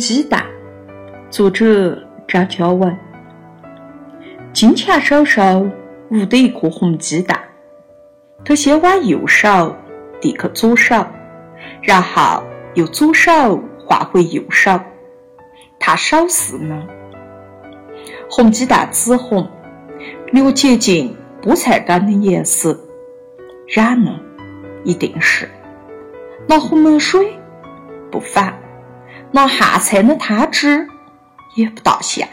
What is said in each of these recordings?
鸡蛋，作者张嘉文。金钱手手捂的一颗红鸡蛋，他先往右手递给左手，然后由左手划回右手。他手势呢？红鸡蛋紫红，略接近菠菜干的颜色。然呢，一定是拿红梅水不反，拿咸菜的汤汁也不大像。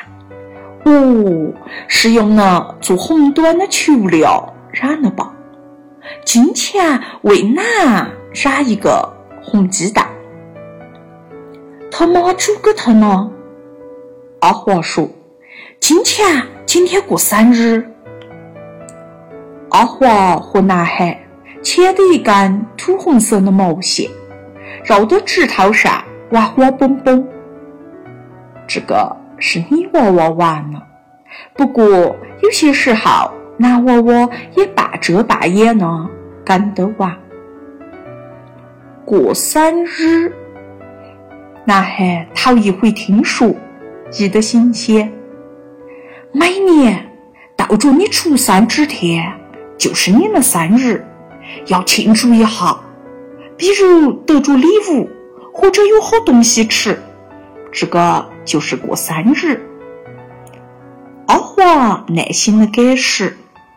是用了做红端的球料染了吧？金钱为哪染一个红鸡蛋？他妈煮给他呢？阿华说：“金钱今天过生日。”阿华和男孩牵着一根土红色的毛线，绕到指头上玩花蹦蹦。这个是女娃娃玩了，不过有些时候男娃娃也半遮半掩呢，跟着玩。过生日，男孩头一回听说，记得新鲜。每年到着你出生之天，就是你的生日，要庆祝一下，比如得着礼物，或者有好东西吃，这个就是过生日。阿华耐心的解释。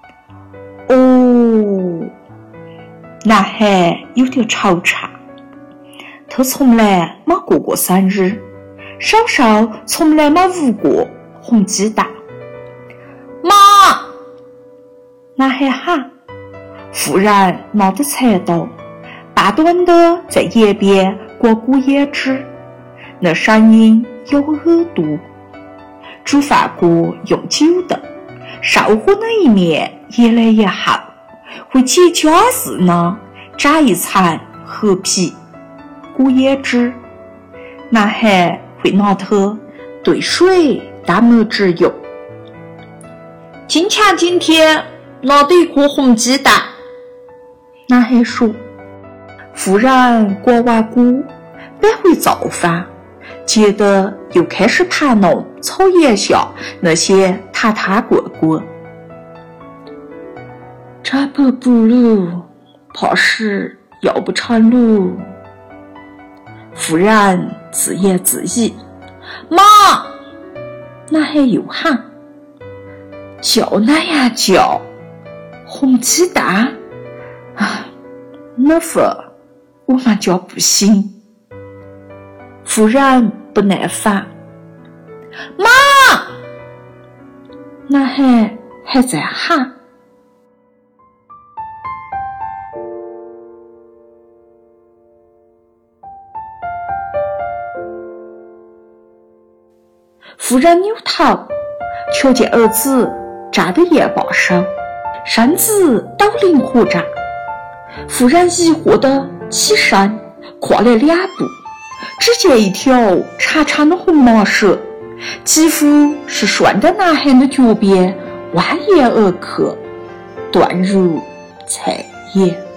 男孩有点惆怅，他从来没过生日，少少从来没捂过红鸡蛋。妈！男孩喊，忽然拿着菜刀，大短的在沿边刮鼓胭脂，那声音有耳朵。煮饭锅用久的，烧火那一面越来越厚，会结痂子呢，沾一层黑皮鼓胭脂。男孩会拿它兑水当墨汁用。金钱今天拿的一颗红鸡蛋，男孩说。忽然刮完鼓，摆回灶房，接着又开始盘弄草檐下那些坛坛罐罐。这不补了，怕是要不成了。忽然自言自语：“妈！”男孩又喊：“叫哪样叫？红鸡蛋？那份我们家不行。”忽然不耐烦：“妈！”男孩还在喊。忽然扭头，瞧见儿子站在檐把上，身子抖灵活着。忽然疑惑的起身，跨了2步，只见一条长长的红麻蛇，几乎是顺着男孩的脚边蜿蜒而去，断入菜叶。